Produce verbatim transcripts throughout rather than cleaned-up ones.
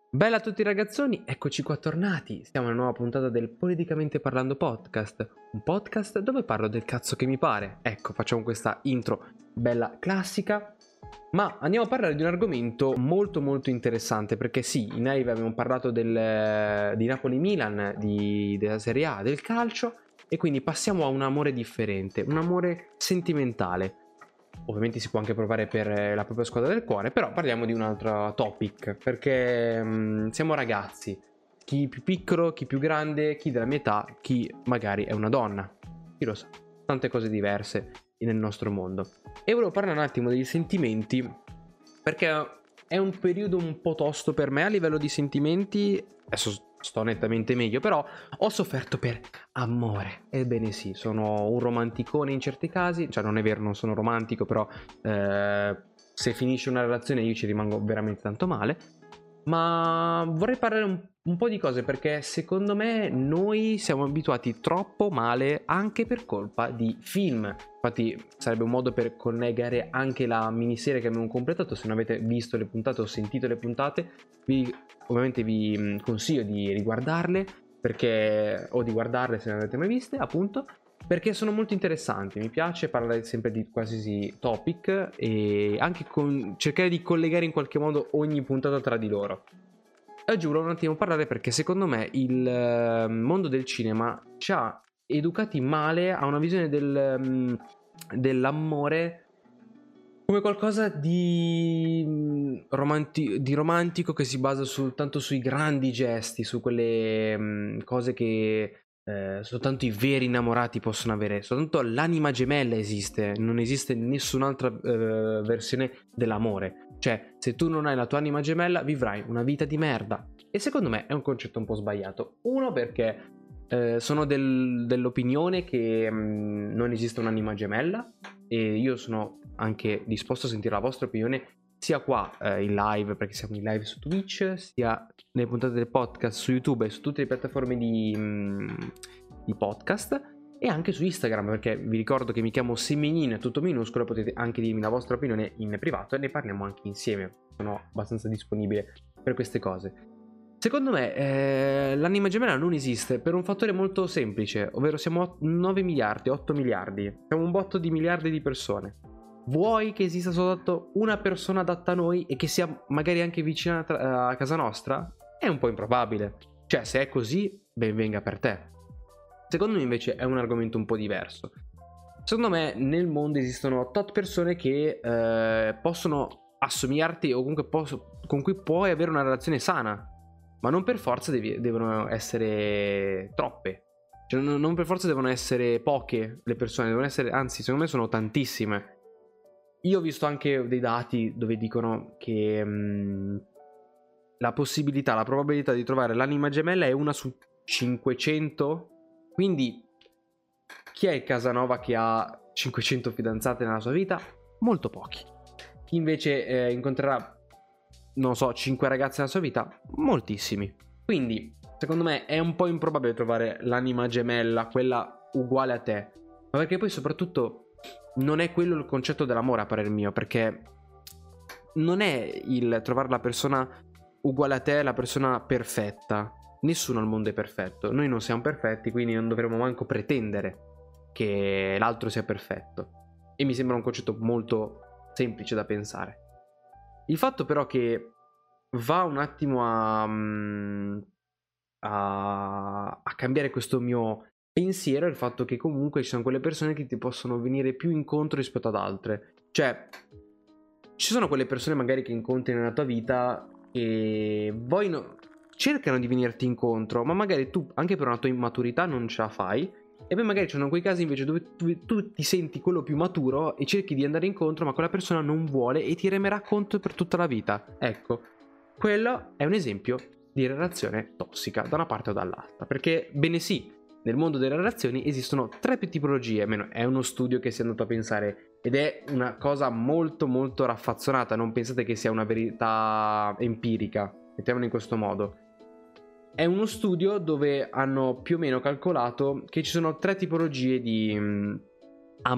Bella a tutti ragazzoni, eccoci qua tornati. Siamo a una nuova puntata del Politicamente Parlando Podcast, un podcast dove parlo del cazzo che mi pare. Ecco, facciamo questa intro bella classica, ma andiamo a parlare di un argomento molto molto interessante, perché sì, in live abbiamo parlato del, di Napoli-Milan, di, della Serie A, del calcio, e quindi passiamo a un amore differente, un amore sentimentale. Ovviamente si può anche provare per la propria squadra del cuore, però parliamo di un altro topic, perché mh, siamo ragazzi, chi più piccolo, chi più grande, chi della mia età, chi magari è una donna, chi lo sa, tante cose diverse nel nostro mondo. E volevo parlare un attimo dei sentimenti, perché è un periodo un po' tosto per me a livello di sentimenti. Adesso sto nettamente meglio, però ho sofferto per amore. Ebbene sì, sono un romanticone in certi casi, cioè non è vero, non sono romantico, però eh, se finisce una relazione io ci rimango veramente tanto male. Ma vorrei parlare un, un po' di cose, perché secondo me noi siamo abituati troppo male anche per colpa di film. Infatti sarebbe un modo per collegare anche la miniserie che abbiamo completato. Se non avete visto le puntate o sentito le puntate, vi, ovviamente vi consiglio di riguardarle, perché o di guardarle se non le avete mai viste, appunto, perché sono molto interessanti. Mi piace parlare sempre di qualsiasi topic e anche con, cercare di collegare in qualche modo ogni puntata tra di loro. E oggi volevo un attimo parlare perché secondo me il eh, mondo del cinema ci ha educati male a una visione del, mm, dell'amore come qualcosa di, mm, romanti- di romantico, che si basa soltanto sui grandi gesti, su quelle mm, cose che eh, soltanto i veri innamorati possono avere. Soltanto l'anima gemella esiste, non esiste nessun'altra eh, versione dell'amore. Cioè, se tu non hai la tua anima gemella, vivrai una vita di merda. E secondo me è un concetto un po' sbagliato. Uno, perché eh, sono del- dell'opinione che mm, non esiste un'anima gemella, e io sono anche disposto a sentire la vostra opinione sia qua eh, in live, perché siamo in live su Twitch, sia nelle puntate del podcast su YouTube e su tutte le piattaforme di, mh, di podcast, e anche su Instagram, perché vi ricordo che mi chiamo Semenino, tutto minuscolo. Potete anche dirmi la vostra opinione in privato e ne parliamo anche insieme. Sono abbastanza disponibile per queste cose. Secondo me eh, l'anima gemella non esiste per un fattore molto semplice, ovvero siamo nove miliardi, otto miliardi, siamo un botto di miliardi di persone. Vuoi che esista soltanto una persona adatta a noi e che sia magari anche vicina a casa nostra? È un po' improbabile. Cioè, se è così, ben venga per te. Secondo me invece è un argomento un po' diverso. Secondo me nel mondo esistono tot persone che eh, possono assomigliarti, o comunque posso, con cui puoi avere una relazione sana, ma non per forza devi, devono essere troppe. Cioè, non, non per forza devono essere poche le persone, devono essere, anzi, secondo me sono tantissime. Io ho visto anche dei dati dove dicono che mh, la possibilità, la probabilità di trovare l'anima gemella è una su cinquecento. Quindi chi è il Casanova che ha cinquecento fidanzate nella sua vita? Molto pochi. Chi invece eh, incontrerà, non so, cinque ragazze nella sua vita? Moltissimi. Quindi, secondo me, è un po' improbabile trovare l'anima gemella, quella uguale a te. Ma perché poi soprattutto non è quello il concetto dell'amore, a parer mio, perché non è il trovare la persona uguale a te, la persona perfetta. Nessuno al mondo è perfetto. Noi non siamo perfetti, quindi non dovremmo manco pretendere che l'altro sia perfetto. E mi sembra un concetto molto semplice da pensare. Il fatto però che va un attimo a, a, a cambiare questo mio pensiero è il fatto che comunque ci sono quelle persone che ti possono venire più incontro rispetto ad altre. Cioè, ci sono quelle persone magari che incontri nella tua vita e vogliono, cercano di venirti incontro, ma magari tu anche per una tua immaturità non ce la fai. E poi magari ci sono quei casi invece dove tu, tu ti senti quello più maturo e cerchi di andare incontro, ma quella persona non vuole e ti remerà conto per tutta la vita. Ecco, quello è un esempio di relazione tossica da una parte o dall'altra. Perché, bene sì, nel mondo delle relazioni esistono tre tipologie, almeno è uno studio che si è andato a pensare, ed è una cosa molto molto raffazzonata, non pensate che sia una verità empirica, mettiamola in questo modo. È uno studio dove hanno più o meno calcolato che ci sono tre tipologie di mh,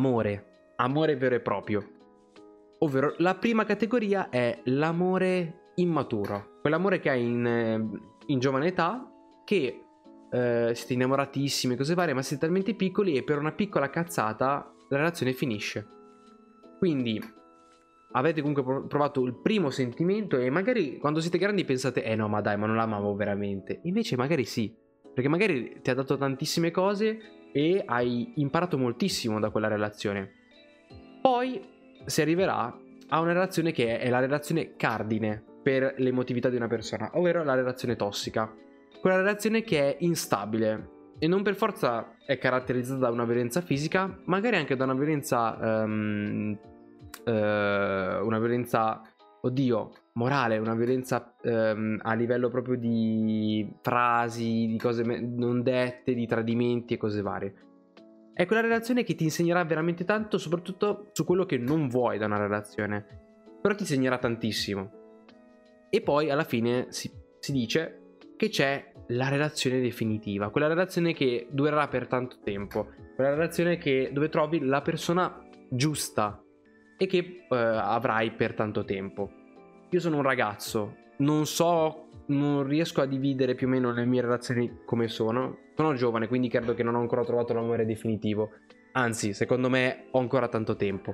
amore, amore vero e proprio. Ovvero la prima categoria è l'amore immaturo, quell'amore che hai in, in giovane età, che eh, siete innamoratissimi, cose varie, ma siete talmente piccoli e per una piccola cazzata la relazione finisce. Quindi avete comunque provato il primo sentimento e magari quando siete grandi pensate eh no ma dai, ma non l'amavo veramente. Invece magari sì, perché magari ti ha dato tantissime cose e hai imparato moltissimo da quella relazione. Poi si arriverà a una relazione che è la relazione cardine per l'emotività di una persona, ovvero la relazione tossica. Quella relazione che è instabile e non per forza è caratterizzata da una violenza fisica, magari anche da una violenza um, uh, una violenza, oddio, morale, una violenza um, a livello proprio di frasi, di cose non dette, di tradimenti e cose varie. È quella relazione che ti insegnerà veramente tanto, soprattutto su quello che non vuoi da una relazione, però ti insegnerà tantissimo. E poi alla fine si, si dice che c'è la relazione definitiva, quella relazione che durerà per tanto tempo, quella relazione che, dove trovi la persona giusta e che eh, avrai per tanto tempo. Io sono un ragazzo, non so, non riesco a dividere più o meno le mie relazioni come sono. Sono giovane, quindi credo che non ho ancora trovato l'amore definitivo. Anzi, secondo me ho ancora tanto tempo.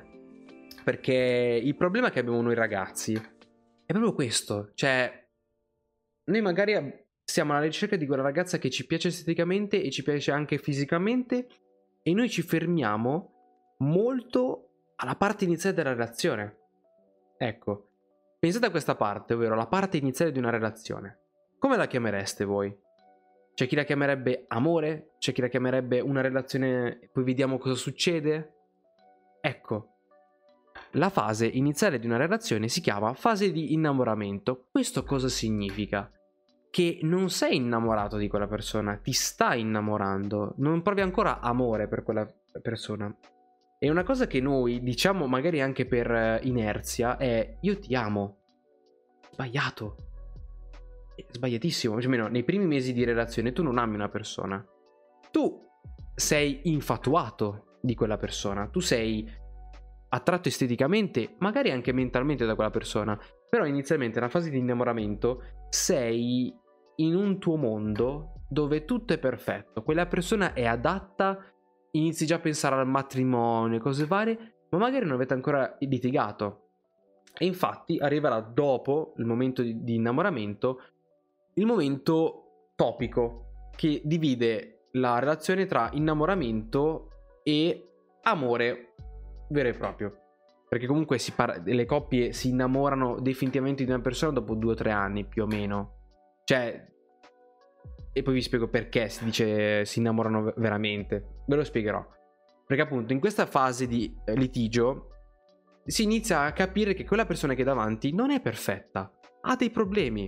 Perché il problema che abbiamo noi ragazzi è proprio questo. Cioè, noi magari siamo alla ricerca di quella ragazza che ci piace esteticamente e ci piace anche fisicamente, e noi ci fermiamo molto alla parte iniziale della relazione. Ecco, pensate a questa parte, ovvero la parte iniziale di una relazione. Come la chiamereste voi? C'è chi la chiamerebbe amore, c'è chi la chiamerebbe una relazione, poi vediamo cosa succede. Ecco, la fase iniziale di una relazione si chiama fase di innamoramento. Questo cosa significa? Che non sei innamorato di quella persona, ti stai innamorando, non provi ancora amore per quella persona. E una cosa che noi diciamo magari anche per inerzia è io ti amo. Sbagliato. È sbagliatissimo. Cioè, almeno nei primi mesi di relazione tu non ami una persona. Tu sei infatuato di quella persona. Tu sei attratto esteticamente, magari anche mentalmente da quella persona. Però inizialmente nella fase di innamoramento sei in un tuo mondo dove tutto è perfetto. Quella persona è adatta, inizi già a pensare al matrimonio, cose varie, ma magari non avete ancora litigato. E infatti arriverà dopo il momento di, di innamoramento il momento topico che divide la relazione tra innamoramento e amore vero e proprio, perché comunque si parla, le coppie si innamorano definitivamente di una persona dopo due o tre anni più o meno, cioè, e poi vi spiego perché si dice si innamorano veramente, ve lo spiegherò, perché appunto in questa fase di litigio si inizia a capire che quella persona che è davanti non è perfetta, ha dei problemi.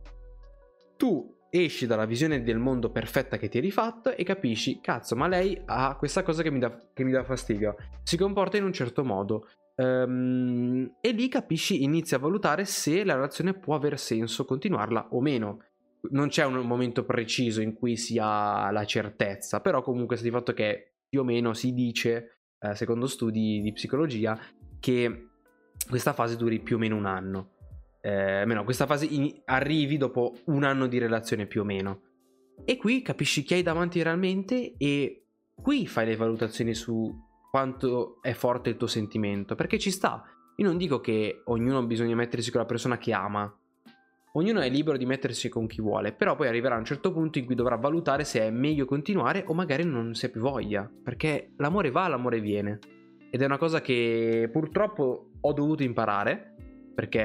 Tu esci dalla visione del mondo perfetta che ti eri fatto e capisci, cazzo, ma lei ha questa cosa che mi dà, che mi dà fastidio, si comporta in un certo modo, um, e lì capisci, inizi a valutare se la relazione può aver senso continuarla o meno. Non c'è un momento preciso in cui si ha la certezza, però comunque sta di fatto che più o meno si dice, eh, secondo studi di psicologia, che questa fase duri più o meno un anno. Eh, meno, questa fase in- arrivi dopo un anno di relazione più o meno, e qui capisci chi hai davanti realmente e qui fai le valutazioni su quanto è forte il tuo sentimento, perché ci sta. Io non dico che ognuno bisogna mettersi con la persona che ama, ognuno è libero di mettersi con chi vuole, però poi arriverà un certo punto in cui dovrà valutare se è meglio continuare o magari non si ha più voglia, perché l'amore va, l'amore viene, ed è una cosa che purtroppo ho dovuto imparare, perché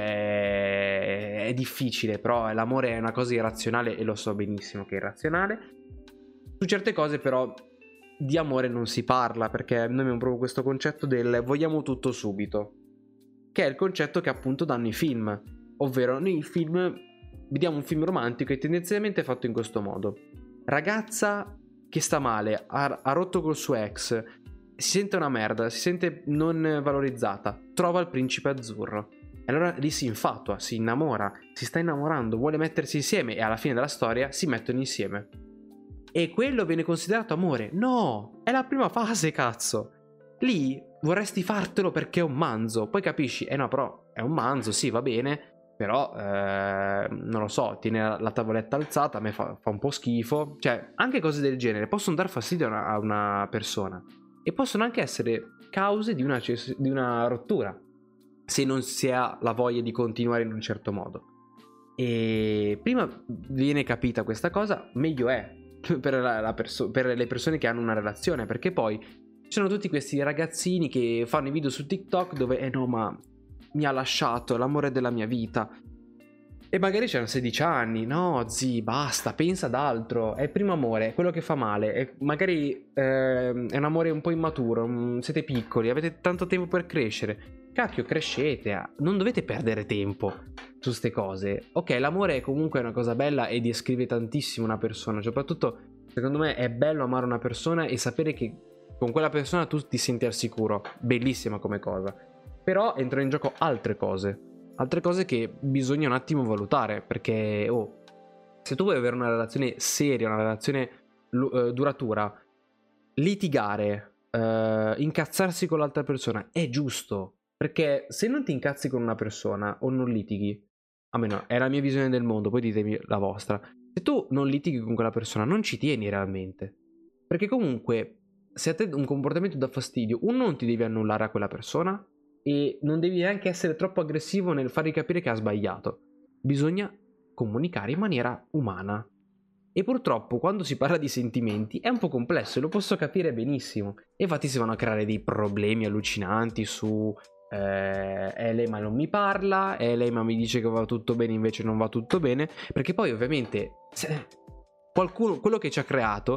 è difficile, però l'amore è una cosa irrazionale e lo so benissimo che è irrazionale. Su certe cose però di amore non si parla, perché noi abbiamo proprio questo concetto del vogliamo tutto subito, che è il concetto che appunto danno i film, ovvero noi il film vediamo un film romantico e tendenzialmente è fatto in questo modo: ragazza che sta male, ha, ha rotto col suo ex, si sente una merda, si sente non valorizzata, trova il principe azzurro. E allora lì si infatua, si innamora, si sta innamorando, vuole mettersi insieme e alla fine della storia si mettono insieme. E quello viene considerato amore? No, è la prima fase, cazzo. Lì vorresti fartelo perché è un manzo, poi capisci, eh no però è un manzo, sì va bene, però eh, non lo so, tiene la, la tavoletta alzata, a me fa, fa un po' schifo, cioè anche cose del genere possono dar fastidio a una, a una persona e possono anche essere cause di una, di una rottura se non si ha la voglia di continuare in un certo modo. E prima viene capita questa cosa, meglio è per, la, la perso- per le persone che hanno una relazione, perché poi ci sono tutti questi ragazzini che fanno i video su TikTok dove eh no ma mi ha lasciato l'amore della mia vita e magari c'hanno sedici anni. No zi, basta, pensa ad altro, è il primo amore, è quello che fa male, è, magari eh, è un amore un po' immaturo, mh, siete piccoli, avete tanto tempo per crescere. Cacchio, crescete, non dovete perdere tempo su ste cose. Ok, l'amore è comunque una cosa bella e descrive tantissimo una persona, soprattutto secondo me è bello amare una persona e sapere che con quella persona tu ti senti al sicuro, bellissima come cosa. Però entrano in gioco altre cose, altre cose che bisogna un attimo valutare, perché oh, se tu vuoi avere una relazione seria, una relazione uh, duratura, litigare, uh, incazzarsi con l'altra persona è giusto. Perché se non ti incazzi con una persona o non litighi, almeno è la mia visione del mondo, poi ditemi la vostra, se tu non litighi con quella persona non ci tieni realmente. Perché comunque se a te un comportamento dà fastidio, uno non ti devi annullare a quella persona e non devi neanche essere troppo aggressivo nel fargli capire che ha sbagliato. Bisogna comunicare in maniera umana. E purtroppo quando si parla di sentimenti è un po' complesso e lo posso capire benissimo. E infatti si vanno a creare dei problemi allucinanti su... Eh, eh, lei ma non mi parla, eh, lei ma mi dice che va tutto bene invece non va tutto bene, perché poi ovviamente qualcuno, quello che ci ha creato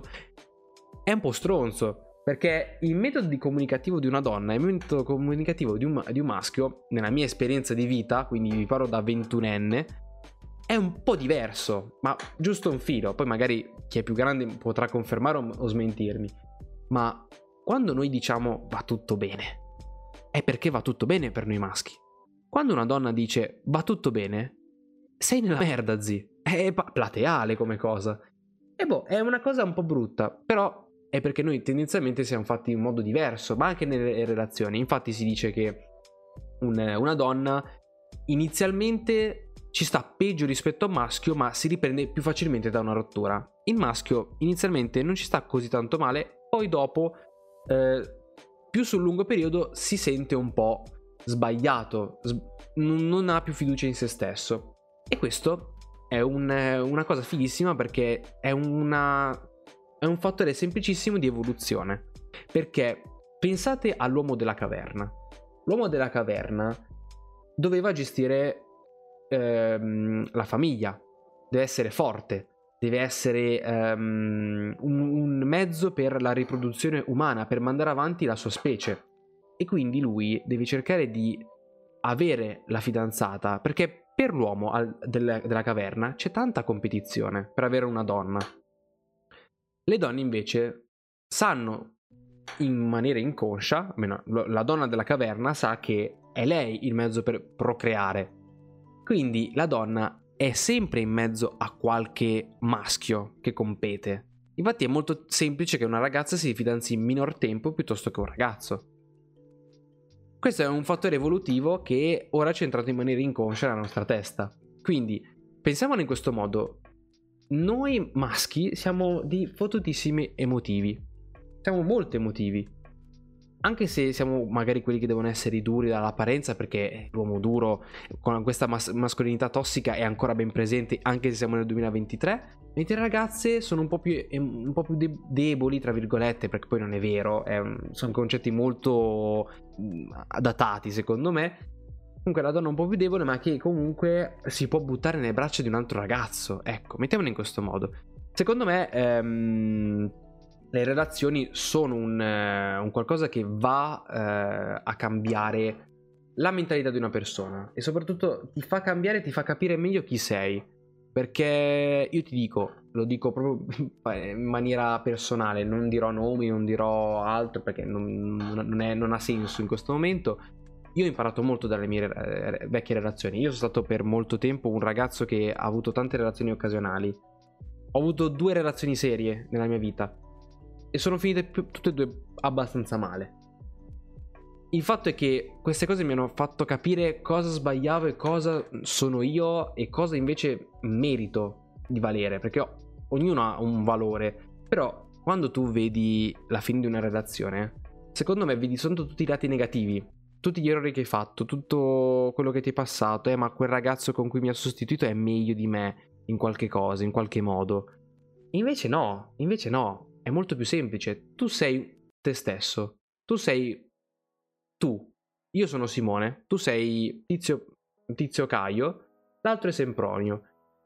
è un po' stronzo, perché il metodo di comunicativo di una donna e il metodo comunicativo di un, di un maschio, nella mia esperienza di vita, quindi vi parlo da ventunenne, è un po' diverso, ma giusto un filo. Poi magari chi è più grande potrà confermare o, o smentirmi, ma quando noi diciamo va tutto bene è perché va tutto bene per noi maschi. Quando una donna dice va tutto bene, sei nella merda, zi. È plateale come cosa. E boh, è una cosa un po' brutta, però è perché noi tendenzialmente siamo fatti in modo diverso, ma anche nelle relazioni. Infatti si dice che un, una donna inizialmente ci sta peggio rispetto a un maschio, ma si riprende più facilmente da una rottura. Il maschio inizialmente non ci sta così tanto male, poi dopo... Eh, più sul lungo periodo si sente un po' sbagliato, non ha più fiducia in se stesso. E questo è un, una cosa fighissima, perché è, una, è un fattore semplicissimo di evoluzione. Perché pensate all'uomo della caverna. L'uomo della caverna doveva gestire ehm, la famiglia, deve essere forte, deve essere um, un, un mezzo per la riproduzione umana, per mandare avanti la sua specie. E quindi lui deve cercare di avere la fidanzata, perché per l'uomo al, del, della caverna c'è tanta competizione per avere una donna. Le donne invece sanno in maniera inconscia, almeno la donna della caverna sa che è lei il mezzo per procreare. Quindi la donna è sempre in mezzo a qualche maschio che compete. Infatti è molto semplice che una ragazza si fidanzi in minor tempo piuttosto che un ragazzo. Questo è un fattore evolutivo che ora ci è entrato in maniera inconscia nella nostra testa. Quindi pensiamolo in questo modo: noi maschi siamo di fottutissimi emotivi, siamo molto emotivi, anche se siamo magari quelli che devono essere duri dall'apparenza, perché l'uomo duro con questa mas- mascolinità tossica è ancora ben presente anche se siamo nel duemilaventitré, mentre le ragazze sono un po' più, un po' più de- deboli tra virgolette, perché poi non è vero, è un, sono concetti molto mh, datati secondo me. Comunque la donna è un po' più debole, ma che comunque si può buttare nelle braccia di un altro ragazzo, ecco, mettiamolo in questo modo. Secondo me ehm, le relazioni sono un, uh, un qualcosa che va uh, a cambiare la mentalità di una persona, e soprattutto ti fa cambiare, ti fa capire meglio chi sei. Perché io ti dico, lo dico proprio in maniera personale, non dirò nomi, non dirò altro, perché non, non, è, non ha senso in questo momento. Io ho imparato molto dalle mie eh, vecchie relazioni. Io sono stato per molto tempo un ragazzo che ha avuto tante relazioni occasionali. Ho avuto due relazioni serie nella mia vita e sono finite più, tutte e due abbastanza male. il fatto è che queste cose mi hanno fatto capire cosa sbagliavo e cosa sono io e cosa invece merito di valere, perché ognuno ha un valore, però quando tu vedi la fine di una relazione, secondo me vedi solo tutti i lati negativi, tutti gli errori che hai fatto, tutto quello che ti è passato, eh ma quel ragazzo con cui mi ha sostituito è meglio di me in qualche cosa, in qualche modo. E invece no, invece no, è molto più semplice. Tu sei te stesso, tu sei tu, io sono Simone, tu sei Tizio, Tizio Caio, l'altro è Sempronio.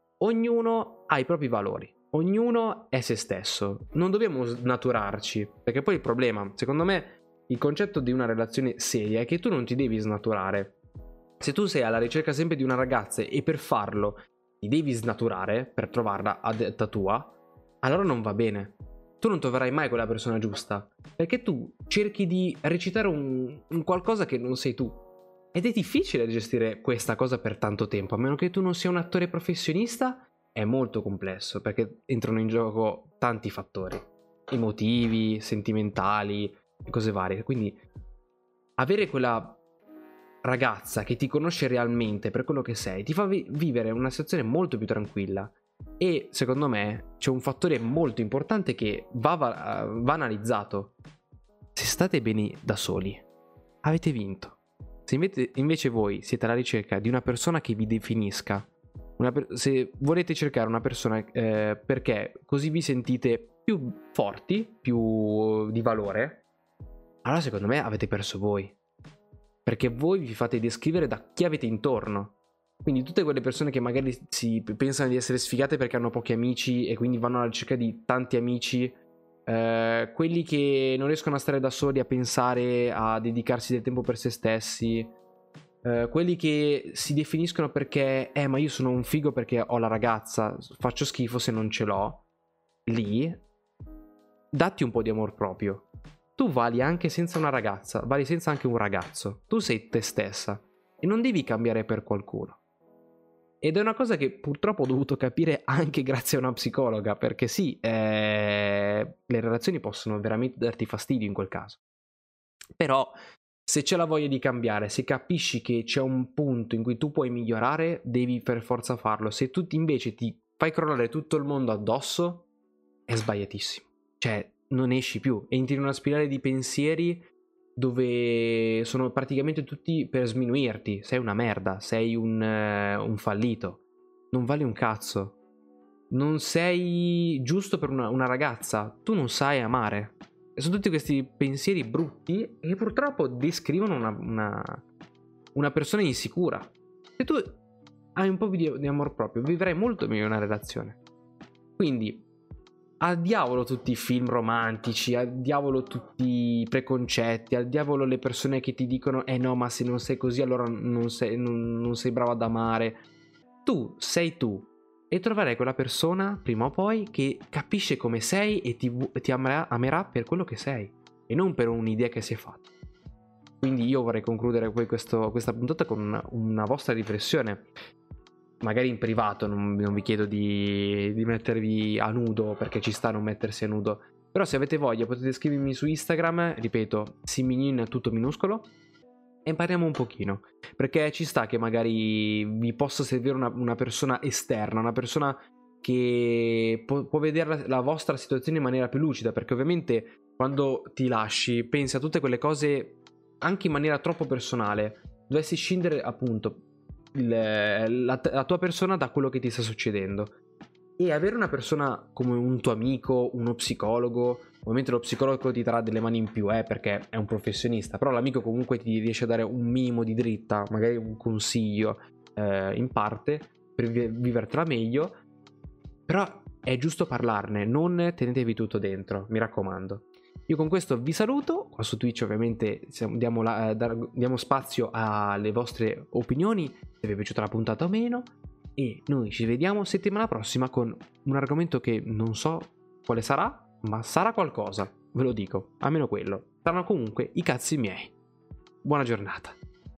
Ognuno ha i propri valori, ognuno è se stesso. Non dobbiamo snaturarci, perché poi il problema, secondo me, il concetto di una relazione seria è che tu non ti devi snaturare. Se tu sei alla ricerca sempre di una ragazza e per farlo ti devi snaturare per trovarla a detta tua, allora non va bene. Tu non troverai mai quella persona giusta, perché tu cerchi di recitare un, un qualcosa che non sei tu. Ed è difficile gestire questa cosa per tanto tempo, a meno che tu non sia un attore professionista, è molto complesso, perché entrano in gioco tanti fattori, emotivi, sentimentali e cose varie. Quindi avere quella ragazza che ti conosce realmente per quello che sei ti fa vi- vivere una situazione molto più tranquilla. E secondo me c'è un fattore molto importante che va, va, va analizzato. Se state bene da soli, avete vinto. Se invece, invece voi siete alla ricerca di una persona che vi definisca, una per- se volete cercare una persona eh, perché così vi sentite più forti, più di valore, allora secondo me avete perso voi. Perché voi vi fate descrivere da chi avete intorno. Quindi tutte quelle persone che magari si pensano di essere sfigate perché hanno pochi amici e quindi vanno alla ricerca di tanti amici, eh, quelli che non riescono a stare da soli, a pensare, a dedicarsi del tempo per se stessi, eh, quelli che si definiscono perché eh ma io sono un figo perché ho la ragazza, faccio schifo se non ce l'ho, lì datti un po' di amor proprio. Tu vali anche senza una ragazza, vali senza anche un ragazzo, tu sei te stessa e non devi cambiare per qualcuno. Ed è una cosa che purtroppo ho dovuto capire anche grazie a una psicologa, perché sì, eh, le relazioni possono veramente darti fastidio in quel caso. Però se c'è la voglia di cambiare, se capisci che c'è un punto in cui tu puoi migliorare, devi per forza farlo. Se tu invece ti fai crollare tutto il mondo addosso, è sbagliatissimo. Cioè, non esci più, entri in una spirale di pensieri dove sono praticamente tutti per sminuirti. Sei una merda, sei un, uh, un fallito, non vali un cazzo, non sei giusto per una, una ragazza, tu non sai amare. E sono tutti questi pensieri brutti e purtroppo descrivono una, una, una persona insicura. Se tu hai un po' di, di amor proprio, vivrai molto meglio una relazione. Quindi al diavolo tutti i film romantici, al diavolo tutti i preconcetti, al diavolo le persone che ti dicono eh no ma se non sei così allora non sei, non, non sei bravo ad amare. Tu sei tu e troverai quella persona prima o poi che capisce come sei e ti, ti amerà, amerà per quello che sei e non per un'idea che si è fatta. Quindi io vorrei concludere poi questo, questa puntata con una, una vostra riflessione. Magari in privato, non, non vi chiedo di, di mettervi a nudo, perché ci sta a non mettersi a nudo. Però se avete voglia potete scrivermi su Instagram, ripeto, siminin tutto minuscolo, e parliamo un pochino. Perché ci sta che magari vi possa servire una, una persona esterna, una persona che può, può vedere la, la vostra situazione in maniera più lucida. Perché ovviamente quando ti lasci pensi a tutte quelle cose anche in maniera troppo personale. Dovessi scindere appunto La, la, la tua persona da quello che ti sta succedendo, e avere una persona come un tuo amico, uno psicologo. Ovviamente lo psicologo ti darà delle mani in più eh, perché è un professionista, però l'amico comunque ti riesce a dare un minimo di dritta, magari un consiglio eh, in parte per vi- vivertela meglio. Però è giusto parlarne, non tenetevi tutto dentro, mi raccomando. Io con questo vi saluto, qua su Twitch ovviamente diamo, la, eh, diamo spazio alle vostre opinioni, se vi è piaciuta la puntata o meno, e noi ci vediamo settimana prossima con un argomento che non so quale sarà, ma sarà qualcosa, ve lo dico, almeno quello. Saranno comunque i cazzi miei. Buona giornata.